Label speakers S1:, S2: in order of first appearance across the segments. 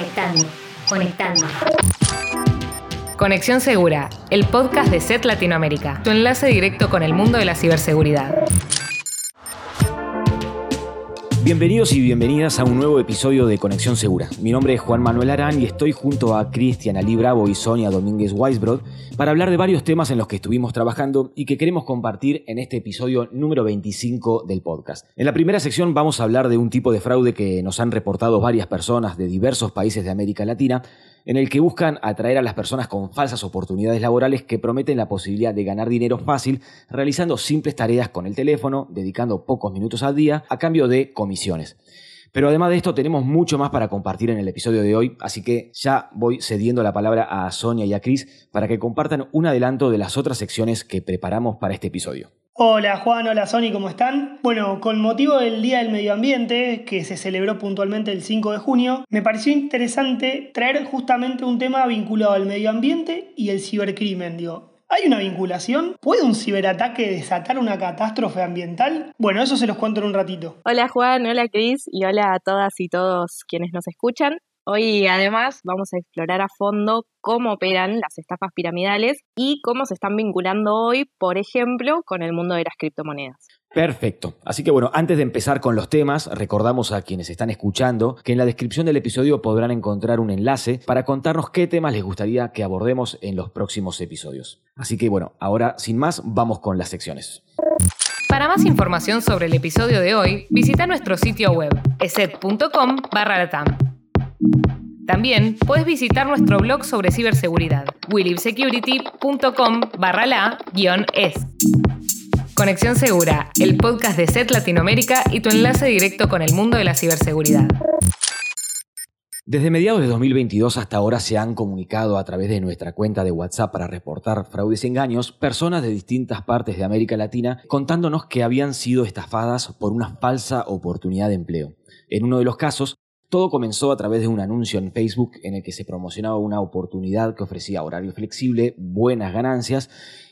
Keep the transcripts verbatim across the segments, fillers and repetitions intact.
S1: Conectando, conectando.
S2: Conexión Segura, el podcast de S E T Latinoamérica, tu enlace directo con el mundo de la ciberseguridad.
S3: Bienvenidos y bienvenidas a un nuevo episodio de Conexión Segura. Mi nombre es Juan Manuel Arán y estoy junto a Cristian Ali Bravo y Sonia Domínguez Weisbrod para hablar de varios temas en los que estuvimos trabajando y que queremos compartir en este episodio número veinticinco del podcast. En la primera sección vamos a hablar de un tipo de fraude que nos han reportado varias personas de diversos países de América Latina, en el que buscan atraer a las personas con falsas oportunidades laborales que prometen la posibilidad de ganar dinero fácil realizando simples tareas con el teléfono, dedicando pocos minutos al día a cambio de comisiones. Pero además de esto tenemos mucho más para compartir en el episodio de hoy, así que ya voy cediendo la palabra a Sonia y a Cris para que compartan un adelanto de las otras secciones que preparamos para este episodio.
S4: Hola Juan, hola Sony, ¿cómo están? Bueno, con motivo del Día del Medio Ambiente, que se celebró puntualmente el cinco de junio, me pareció interesante traer justamente un tema vinculado al medio ambiente y el cibercrimen. Digo, ¿hay una vinculación? ¿Puede un ciberataque desatar una catástrofe ambiental? Bueno, eso se los cuento en un ratito.
S5: Hola Juan, hola Cris y hola a todas y todos quienes nos escuchan. Hoy además vamos a explorar a fondo cómo operan las estafas piramidales y cómo se están vinculando hoy, por ejemplo, con el mundo de las criptomonedas.
S3: Perfecto. Así que bueno, antes de empezar con los temas, recordamos a quienes están escuchando que en la descripción del episodio podrán encontrar un enlace para contarnos qué temas les gustaría que abordemos en los próximos episodios. Así que bueno, ahora sin más, vamos con las secciones.
S2: Para más información sobre el episodio de hoy, visita nuestro sitio web eset punto com barra latam. También puedes visitar nuestro blog sobre ciberseguridad, willibsecurity punto com barra la guión es. Conexión Segura, el podcast de S E T Latinoamérica y tu enlace directo con el mundo de la ciberseguridad.
S3: Desde mediados de dos mil veintidós hasta ahora se han comunicado a través de nuestra cuenta de WhatsApp para reportar fraudes y engaños personas de distintas partes de América Latina contándonos que habían sido estafadas por una falsa oportunidad de empleo. En uno de los casos, todo comenzó a través de un anuncio en Facebook en el que se promocionaba una oportunidad que ofrecía horario flexible, buenas ganancias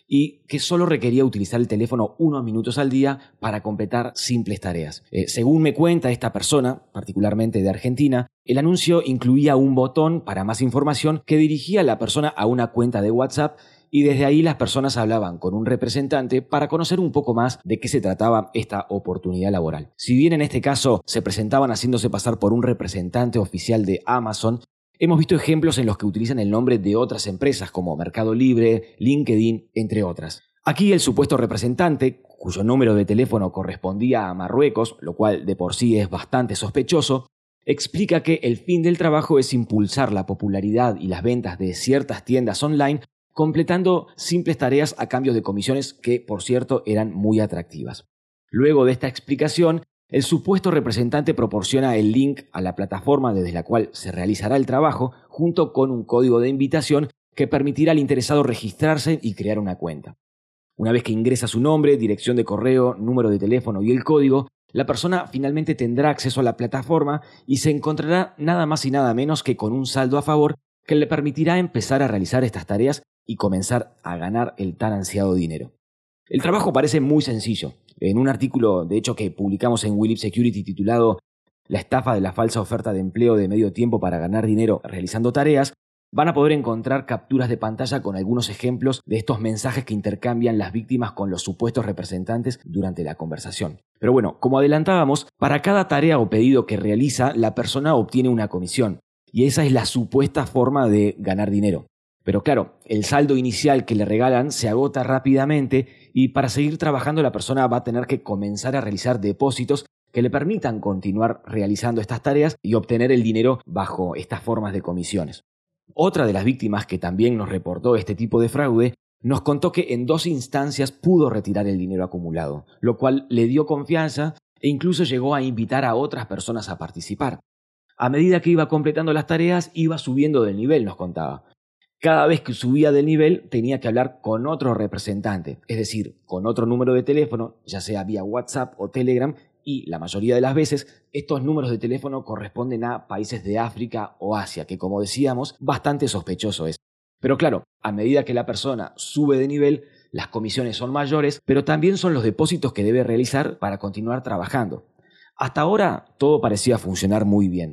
S3: y que solo requería utilizar el teléfono unos minutos al día para completar simples tareas. Eh, según me cuenta esta persona, particularmente de Argentina, el anuncio incluía un botón para más información que dirigía a la persona a una cuenta de WhatsApp y desde ahí las personas hablaban con un representante para conocer un poco más de qué se trataba esta oportunidad laboral. Si bien en este caso se presentaban haciéndose pasar por un representante oficial de Amazon, hemos visto ejemplos en los que utilizan el nombre de otras empresas como Mercado Libre, LinkedIn, entre otras. Aquí el supuesto representante, cuyo número de teléfono correspondía a Marruecos, lo cual de por sí es bastante sospechoso, explica que el fin del trabajo es impulsar la popularidad y las ventas de ciertas tiendas online completando simples tareas a cambio de comisiones que, por cierto, eran muy atractivas. Luego de esta explicación, el supuesto representante proporciona el link a la plataforma desde la cual se realizará el trabajo, junto con un código de invitación que permitirá al interesado registrarse y crear una cuenta. Una vez que ingresa su nombre, dirección de correo, número de teléfono y el código, la persona finalmente tendrá acceso a la plataforma y se encontrará nada más y nada menos que con un saldo a favor que le permitirá empezar a realizar estas tareas y comenzar a ganar el tan ansiado dinero. El trabajo parece muy sencillo. En un artículo, de hecho, que publicamos en willibsecurity titulado La estafa de la falsa oferta de empleo de medio tiempo para ganar dinero realizando tareas, van a poder encontrar capturas de pantalla con algunos ejemplos de estos mensajes que intercambian las víctimas con los supuestos representantes durante la conversación. Pero bueno, como adelantábamos, para cada tarea o pedido que realiza, la persona obtiene una comisión. Y esa es la supuesta forma de ganar dinero. Pero claro, el saldo inicial que le regalan se agota rápidamente y para seguir trabajando la persona va a tener que comenzar a realizar depósitos que le permitan continuar realizando estas tareas y obtener el dinero bajo estas formas de comisiones. Otra de las víctimas que también nos reportó este tipo de fraude nos contó que en dos instancias pudo retirar el dinero acumulado, lo cual le dio confianza e incluso llegó a invitar a otras personas a participar. A medida que iba completando las tareas, iba subiendo de nivel, nos contaba. Cada vez que subía de nivel tenía que hablar con otro representante, es decir, con otro número de teléfono, ya sea vía WhatsApp o Telegram, y la mayoría de las veces estos números de teléfono corresponden a países de África o Asia, que como decíamos, bastante sospechoso es. Pero claro, a medida que la persona sube de nivel, las comisiones son mayores, pero también son los depósitos que debe realizar para continuar trabajando. Hasta ahora todo parecía funcionar muy bien.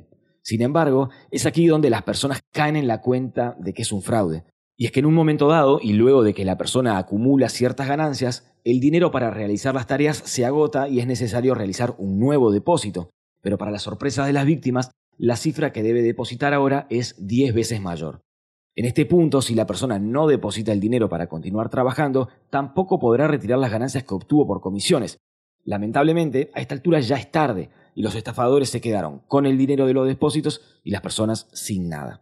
S3: Sin embargo, es aquí donde las personas caen en la cuenta de que es un fraude. Y es que en un momento dado, y luego de que la persona acumula ciertas ganancias, el dinero para realizar las tareas se agota y es necesario realizar un nuevo depósito. Pero para la sorpresa de las víctimas, la cifra que debe depositar ahora es diez veces mayor. En este punto, si la persona no deposita el dinero para continuar trabajando, tampoco podrá retirar las ganancias que obtuvo por comisiones. Lamentablemente, a esta altura ya es tarde y los estafadores se quedaron con el dinero de los depósitos y las personas sin nada.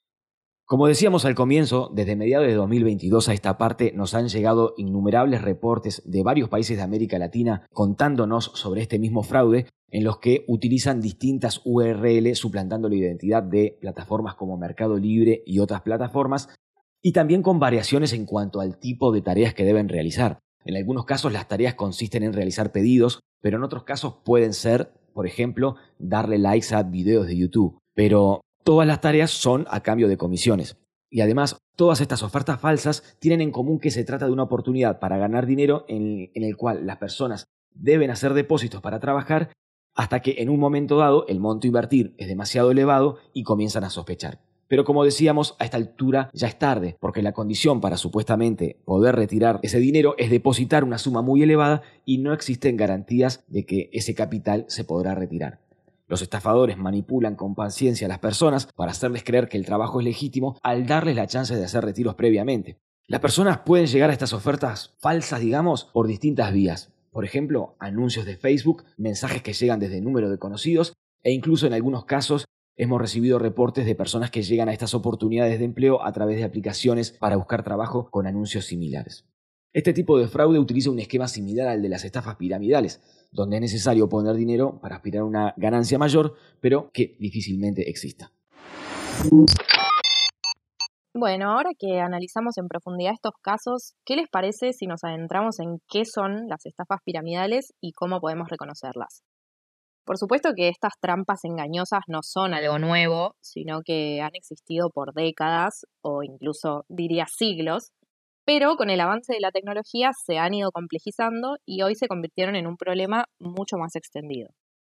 S3: Como decíamos al comienzo, desde mediados de dos mil veintidós a esta parte nos han llegado innumerables reportes de varios países de América Latina contándonos sobre este mismo fraude en los que utilizan distintas U R L suplantando la identidad de plataformas como Mercado Libre y otras plataformas y también con variaciones en cuanto al tipo de tareas que deben realizar. En algunos casos las tareas consisten en realizar pedidos, pero en otros casos pueden ser, por ejemplo, darle likes a videos de YouTube. Pero todas las tareas son a cambio de comisiones. Y además, todas estas ofertas falsas tienen en común que se trata de una oportunidad para ganar dinero en, en el cual las personas deben hacer depósitos para trabajar hasta que en un momento dado el monto a invertir es demasiado elevado y comienzan a sospechar. Pero como decíamos, a esta altura ya es tarde, porque la condición para supuestamente poder retirar ese dinero es depositar una suma muy elevada y no existen garantías de que ese capital se podrá retirar. Los estafadores manipulan con paciencia a las personas para hacerles creer que el trabajo es legítimo al darles la chance de hacer retiros previamente. Las personas pueden llegar a estas ofertas falsas, digamos, por distintas vías. Por ejemplo, anuncios de Facebook, mensajes que llegan desde números de conocidos e incluso en algunos casos hemos recibido reportes de personas que llegan a estas oportunidades de empleo a través de aplicaciones para buscar trabajo con anuncios similares. Este tipo de fraude utiliza un esquema similar al de las estafas piramidales, donde es necesario poner dinero para aspirar a una ganancia mayor, pero que difícilmente exista.
S5: Bueno, ahora que analizamos en profundidad estos casos, ¿qué les parece si nos adentramos en qué son las estafas piramidales y cómo podemos reconocerlas? Por supuesto que estas trampas engañosas no son algo nuevo, sino que han existido por décadas o incluso diría siglos, pero con el avance de la tecnología se han ido complejizando y hoy se convirtieron en un problema mucho más extendido.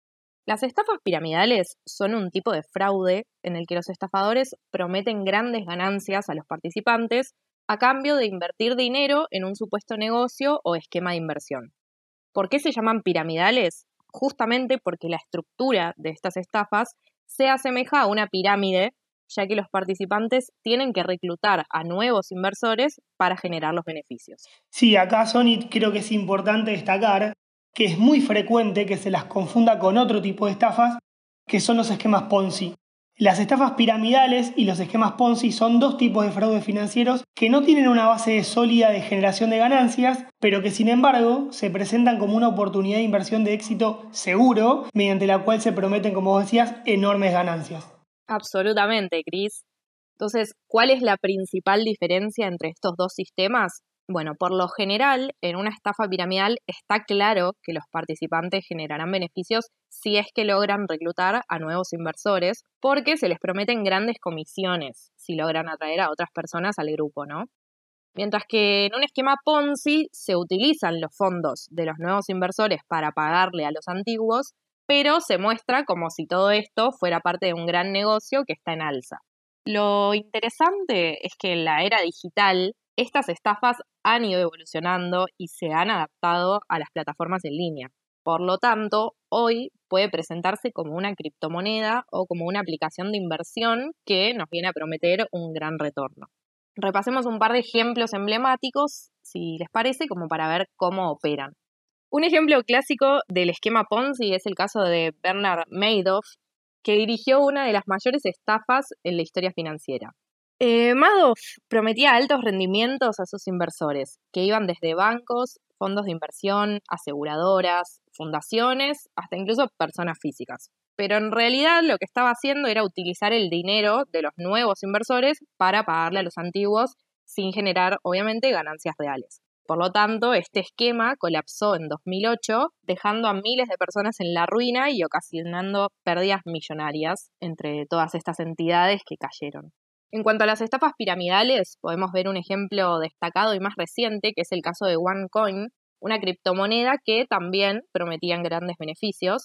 S5: Las estafas piramidales son un tipo de fraude en el que los estafadores prometen grandes ganancias a los participantes a cambio de invertir dinero en un supuesto negocio o esquema de inversión. ¿Por qué se llaman piramidales? Justamente porque la estructura de estas estafas se asemeja a una pirámide, ya que los participantes tienen que reclutar a nuevos inversores para generar los beneficios.
S4: Sí, acá, Sony, creo que es importante destacar que es muy frecuente que se las confunda con otro tipo de estafas, que son los esquemas Ponzi. Las estafas piramidales y los esquemas Ponzi son dos tipos de fraudes financieros que no tienen una base sólida de generación de ganancias, pero que sin embargo se presentan como una oportunidad de inversión de éxito seguro, mediante la cual se prometen, como vos decías, enormes ganancias.
S5: Absolutamente, Cris. Entonces, ¿cuál es la principal diferencia entre estos dos sistemas? Bueno, por lo general, en una estafa piramidal está claro que los participantes generarán beneficios si es que logran reclutar a nuevos inversores, porque se les prometen grandes comisiones si logran atraer a otras personas al grupo, ¿no? Mientras que en un esquema Ponzi se utilizan los fondos de los nuevos inversores para pagarle a los antiguos, pero se muestra como si todo esto fuera parte de un gran negocio que está en alza. Lo interesante es que en la era digital, estas estafas han ido evolucionando y se han adaptado a las plataformas en línea. Por lo tanto, hoy puede presentarse como una criptomoneda o como una aplicación de inversión que nos viene a prometer un gran retorno. Repasemos un par de ejemplos emblemáticos, si les parece, como para ver cómo operan. Un ejemplo clásico del esquema Ponzi es el caso de Bernard Madoff, que dirigió una de las mayores estafas en la historia financiera. Eh, Madoff prometía altos rendimientos a sus inversores, que iban desde bancos, fondos de inversión, aseguradoras, fundaciones, hasta incluso personas físicas. Pero en realidad lo que estaba haciendo era utilizar el dinero de los nuevos inversores para pagarle a los antiguos sin generar, obviamente, ganancias reales. Por lo tanto, este esquema colapsó en dos mil ocho, dejando a miles de personas en la ruina y ocasionando pérdidas millonarias entre todas estas entidades que cayeron. En cuanto a las estafas piramidales, podemos ver un ejemplo destacado y más reciente, que es el caso de OneCoin, una criptomoneda que también prometían grandes beneficios.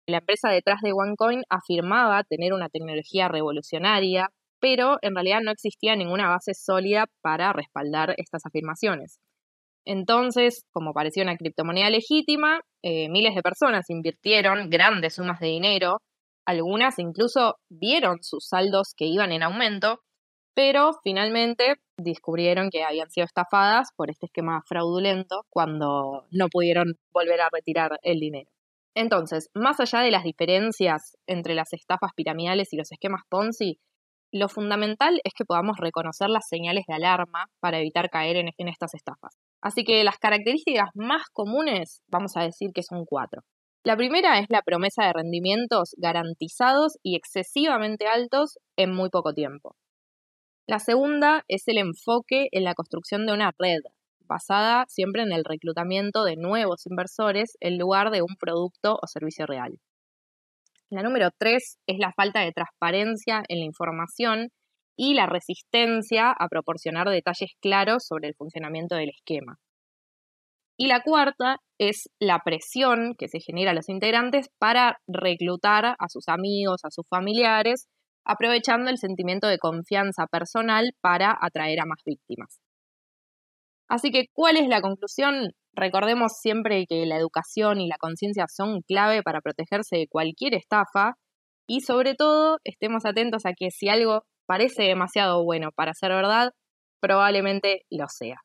S5: La empresa detrás de OneCoin afirmaba tener una tecnología revolucionaria, pero en realidad no existía ninguna base sólida para respaldar estas afirmaciones. Entonces, como parecía una criptomoneda legítima, eh, miles de personas invirtieron grandes sumas de dinero, algunas incluso vieron sus saldos que iban en aumento, pero finalmente descubrieron que habían sido estafadas por este esquema fraudulento cuando no pudieron volver a retirar el dinero. Entonces, más allá de las diferencias entre las estafas piramidales y los esquemas Ponzi, lo fundamental es que podamos reconocer las señales de alarma para evitar caer en, en estas estafas. Así que las características más comunes, vamos a decir que son cuatro. La primera es la promesa de rendimientos garantizados y excesivamente altos en muy poco tiempo. La segunda es el enfoque en la construcción de una red, basada siempre en el reclutamiento de nuevos inversores en lugar de un producto o servicio real. La número tres es la falta de transparencia en la información y la resistencia a proporcionar detalles claros sobre el funcionamiento del esquema. Y la cuarta es la presión que se genera a los integrantes para reclutar a sus amigos, a sus familiares, aprovechando el sentimiento de confianza personal para atraer a más víctimas. Así que, ¿cuál es la conclusión? Recordemos siempre que la educación y la conciencia son clave para protegerse de cualquier estafa y, sobre todo, estemos atentos a que si algo parece demasiado bueno para ser verdad, probablemente lo sea.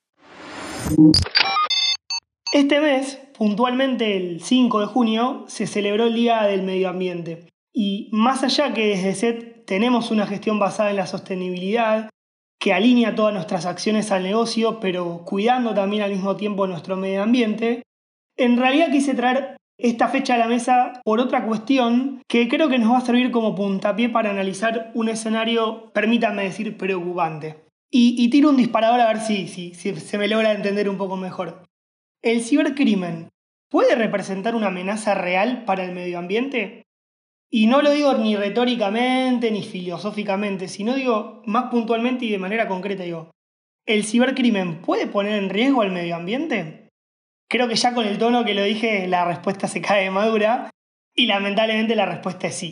S4: Este mes, puntualmente el cinco de junio, se celebró el Día del Medio Ambiente. Y más allá que desde S E T tenemos una gestión basada en la sostenibilidad, que alinea todas nuestras acciones al negocio, pero cuidando también al mismo tiempo nuestro medio ambiente, en realidad quise traer esta fecha a la mesa por otra cuestión que creo que nos va a servir como puntapié para analizar un escenario, permítanme decir, preocupante. Y, y tiro un disparador a ver si, si, si se me logra entender un poco mejor. ¿El cibercrimen puede representar una amenaza real para el medio ambiente? Y no lo digo ni retóricamente ni filosóficamente, sino digo más puntualmente y de manera concreta. Digo, ¿el cibercrimen puede poner en riesgo al medio ambiente? Creo que ya con el tono que lo dije la respuesta se cae de madura y lamentablemente la respuesta es sí.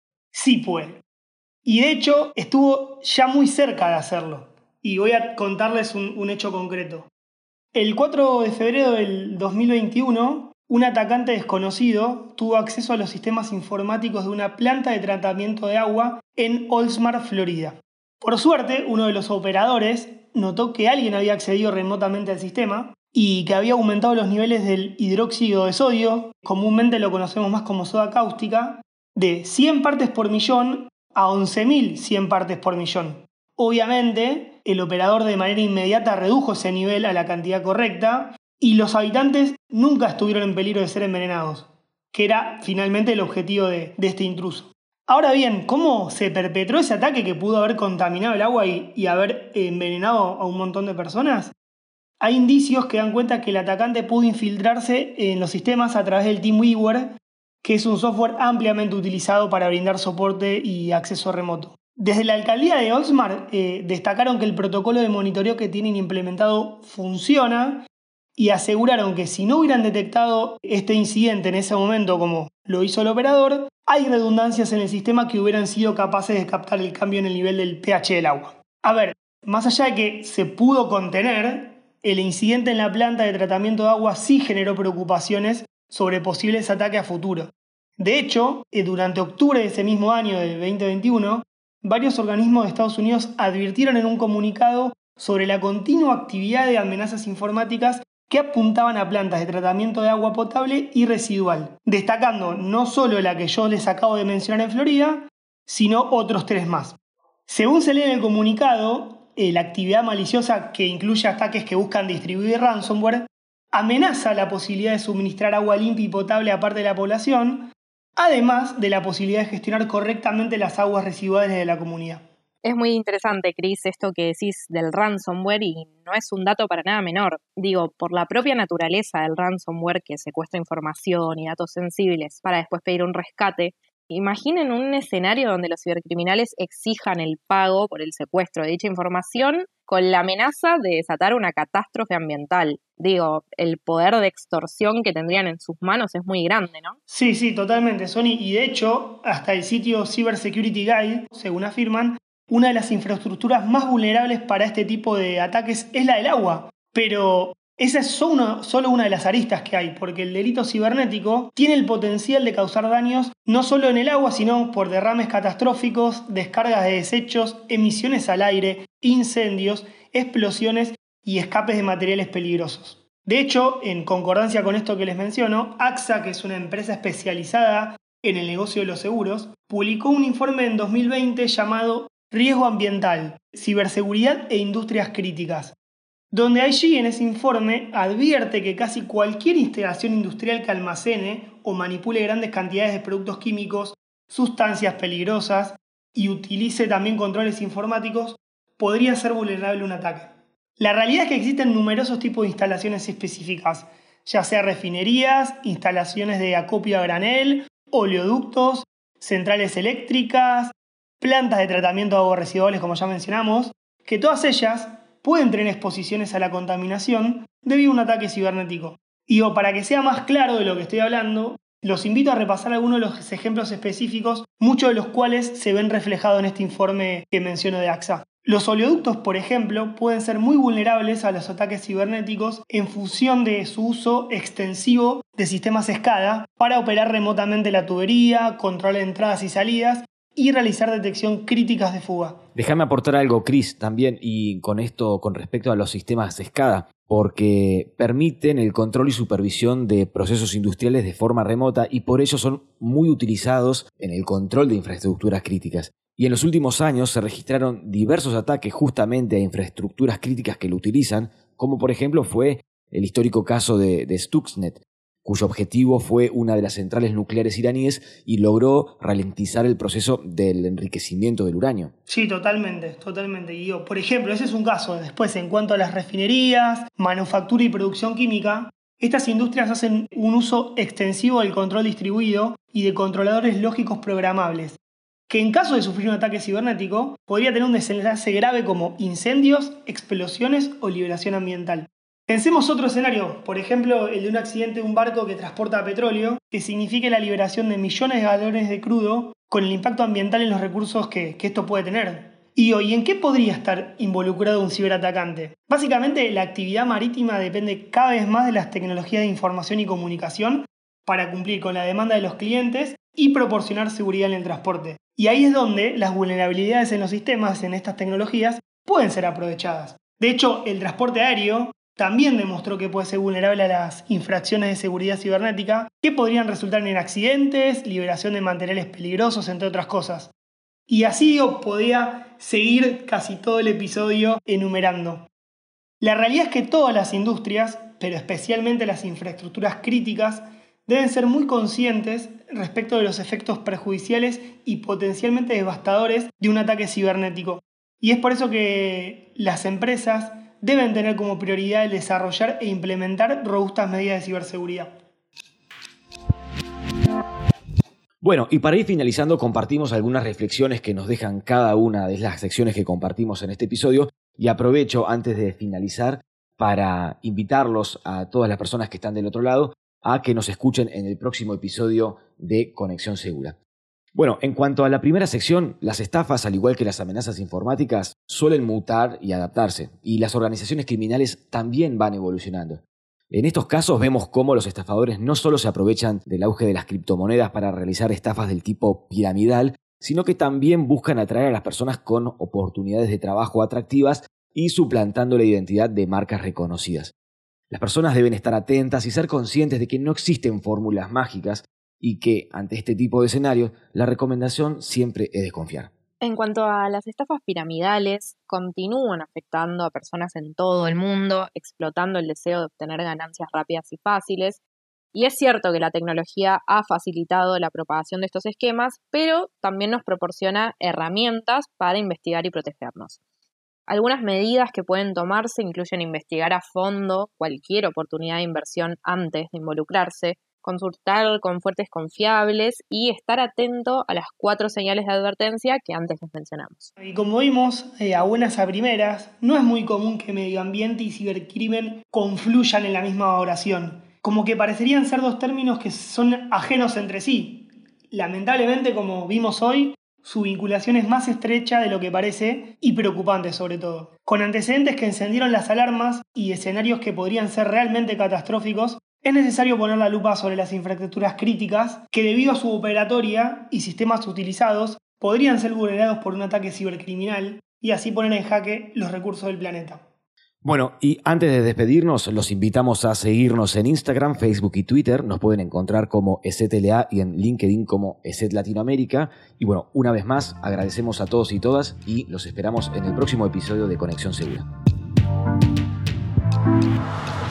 S4: Sí puede. Y de hecho estuvo ya muy cerca de hacerlo. Y voy a contarles un, un hecho concreto. El cuatro de febrero del dos mil veintiuno, un atacante desconocido tuvo acceso a los sistemas informáticos de una planta de tratamiento de agua en Oldsmar, Florida. Por suerte, uno de los operadores notó que alguien había accedido remotamente al sistema y que había aumentado los niveles del hidróxido de sodio, comúnmente lo conocemos más como soda cáustica, de cien partes por millón a once mil cien partes por millón. Obviamente, el operador de manera inmediata redujo ese nivel a la cantidad correcta y los habitantes nunca estuvieron en peligro de ser envenenados, que era finalmente el objetivo de, de este intruso. Ahora bien, ¿cómo se perpetró ese ataque que pudo haber contaminado el agua y, y haber envenenado a un montón de personas? Hay indicios que dan cuenta que el atacante pudo infiltrarse en los sistemas a través del TeamViewer, que es un software ampliamente utilizado para brindar soporte y acceso remoto. Desde la alcaldía de Oldsmar eh, destacaron que el protocolo de monitoreo que tienen implementado funciona y aseguraron que si no hubieran detectado este incidente en ese momento como lo hizo el operador, hay redundancias en el sistema que hubieran sido capaces de captar el cambio en el nivel del pH del agua. A ver, más allá de que se pudo contener, el incidente en la planta de tratamiento de agua sí generó preocupaciones sobre posibles ataques a futuro. De hecho, durante octubre de ese mismo año del veinte veintiuno, varios organismos de Estados Unidos advirtieron en un comunicado sobre la continua actividad de amenazas informáticas que apuntaban a plantas de tratamiento de agua potable y residual, destacando no solo la que yo les acabo de mencionar en Florida, sino otros tres más. Según se lee en el comunicado, eh, la actividad maliciosa, que incluye ataques que buscan distribuir ransomware, amenaza la posibilidad de suministrar agua limpia y potable a parte de la población, además de la posibilidad de gestionar correctamente las aguas residuales de la comunidad.
S5: Es muy interesante, Cris, esto que decís del ransomware y no es un dato para nada menor. Digo, por la propia naturaleza del ransomware que secuestra información y datos sensibles para después pedir un rescate, Imaginen un escenario donde los cibercriminales exijan el pago por el secuestro de dicha información con la amenaza de desatar una catástrofe ambiental. Digo, el poder de extorsión que tendrían en sus manos es muy grande, ¿no?
S4: Sí, sí, totalmente, Sony. Y de hecho, hasta el sitio Cyber Security Guide, según afirman, una de las infraestructuras más vulnerables para este tipo de ataques es la del agua. Pero esa es solo una, solo una de las aristas que hay, porque el delito cibernético tiene el potencial de causar daños no solo en el agua, sino por derrames catastróficos, descargas de desechos, emisiones al aire, incendios, explosiones y escapes de materiales peligrosos. De hecho, en concordancia con esto que les menciono, A X A, que es una empresa especializada en el negocio de los seguros, publicó un informe en dos mil veinte llamado Riesgo Ambiental, Ciberseguridad e Industrias Críticas, donde allí en ese informe advierte que casi cualquier instalación industrial que almacene o manipule grandes cantidades de productos químicos, sustancias peligrosas y utilice también controles informáticos podría ser vulnerable a un ataque. La realidad es que existen numerosos tipos de instalaciones específicas, ya sea refinerías, instalaciones de acopio a granel, oleoductos, centrales eléctricas, plantas de tratamiento de aguas residuales, como ya mencionamos, que todas ellas pueden tener exposiciones a la contaminación debido a un ataque cibernético. Y o para que sea más claro de lo que estoy hablando, los invito a repasar algunos de los ejemplos específicos, muchos de los cuales se ven reflejados en este informe que menciono de A X A. Los oleoductos, por ejemplo, pueden ser muy vulnerables a los ataques cibernéticos en función de su uso extensivo de sistemas SCADA para operar remotamente la tubería, controlar entradas y salidas y realizar detección críticas de fuga.
S3: Déjame aportar algo, Chris, también, y con esto con respecto a los sistemas SCADA, porque permiten el control y supervisión de procesos industriales de forma remota y por ello son muy utilizados en el control de infraestructuras críticas. Y en los últimos años se registraron diversos ataques justamente a infraestructuras críticas que lo utilizan, como por ejemplo fue el histórico caso de, de Stuxnet, cuyo objetivo fue una de las centrales nucleares iraníes y logró ralentizar el proceso del enriquecimiento del uranio.
S4: Sí, totalmente, totalmente. Y yo, por ejemplo, ese es un caso. Después, en cuanto a las refinerías, manufactura y producción química, estas industrias hacen un uso extensivo del control distribuido y de controladores lógicos programables, que en caso de sufrir un ataque cibernético, podría tener un desenlace grave como incendios, explosiones o liberación ambiental. Pensemos otro escenario, por ejemplo, el de un accidente de un barco que transporta petróleo, que signifique la liberación de millones de galones de crudo con el impacto ambiental en los recursos que, que esto puede tener. Y hoy, ¿en qué podría estar involucrado un ciberatacante? Básicamente, la actividad marítima depende cada vez más de las tecnologías de información y comunicación para cumplir con la demanda de los clientes y proporcionar seguridad en el transporte. Y ahí es donde las vulnerabilidades en los sistemas, en estas tecnologías, pueden ser aprovechadas. De hecho, el transporte aéreo también demostró que puede ser vulnerable a las infracciones de seguridad cibernética que podrían resultar en accidentes, liberación de materiales peligrosos, entre otras cosas. Y así yo podía seguir casi todo el episodio enumerando. La realidad es que todas las industrias, pero especialmente las infraestructuras críticas, deben ser muy conscientes respecto de los efectos perjudiciales y potencialmente devastadores de un ataque cibernético. Y es por eso que las empresas deben tener como prioridad el desarrollar e implementar robustas medidas de ciberseguridad.
S3: Bueno, y para ir finalizando, compartimos algunas reflexiones que nos dejan cada una de las secciones que compartimos en este episodio y aprovecho antes de finalizar para invitarlos a todas las personas que están del otro lado a que nos escuchen en el próximo episodio de Conexión Segura. Bueno, en cuanto a la primera sección, las estafas, al igual que las amenazas informáticas, suelen mutar y adaptarse, y las organizaciones criminales también van evolucionando. En estos casos vemos cómo los estafadores no solo se aprovechan del auge de las criptomonedas para realizar estafas del tipo piramidal, sino que también buscan atraer a las personas con oportunidades de trabajo atractivas y suplantando la identidad de marcas reconocidas. Las personas deben estar atentas y ser conscientes de que no existen fórmulas mágicas y que, ante este tipo de escenarios, la recomendación siempre es desconfiar.
S5: En cuanto a las estafas piramidales, continúan afectando a personas en todo el mundo, explotando el deseo de obtener ganancias rápidas y fáciles. Y es cierto que la tecnología ha facilitado la propagación de estos esquemas, pero también nos proporciona herramientas para investigar y protegernos. Algunas medidas que pueden tomarse incluyen investigar a fondo cualquier oportunidad de inversión antes de involucrarse, consultar con fuentes confiables y estar atento a las cuatro señales de advertencia que antes les mencionamos.
S4: Y como vimos, eh, a buenas a primeras, no es muy común que medio ambiente y cibercrimen confluyan en la misma oración. Como que parecerían ser dos términos que son ajenos entre sí. Lamentablemente, como vimos hoy, su vinculación es más estrecha de lo que parece y preocupante sobre todo. Con antecedentes que encendieron las alarmas y escenarios que podrían ser realmente catastróficos, es necesario poner la lupa sobre las infraestructuras críticas que debido a su operatoria y sistemas utilizados podrían ser vulnerados por un ataque cibercriminal y así poner en jaque los recursos del planeta.
S3: Bueno, y antes de despedirnos, los invitamos a seguirnos en Instagram, Facebook y Twitter. Nos pueden encontrar como ESETLA y en LinkedIn como ESET Latinoamérica. Y bueno, una vez más, agradecemos a todos y todas y los esperamos en el próximo episodio de Conexión Segura.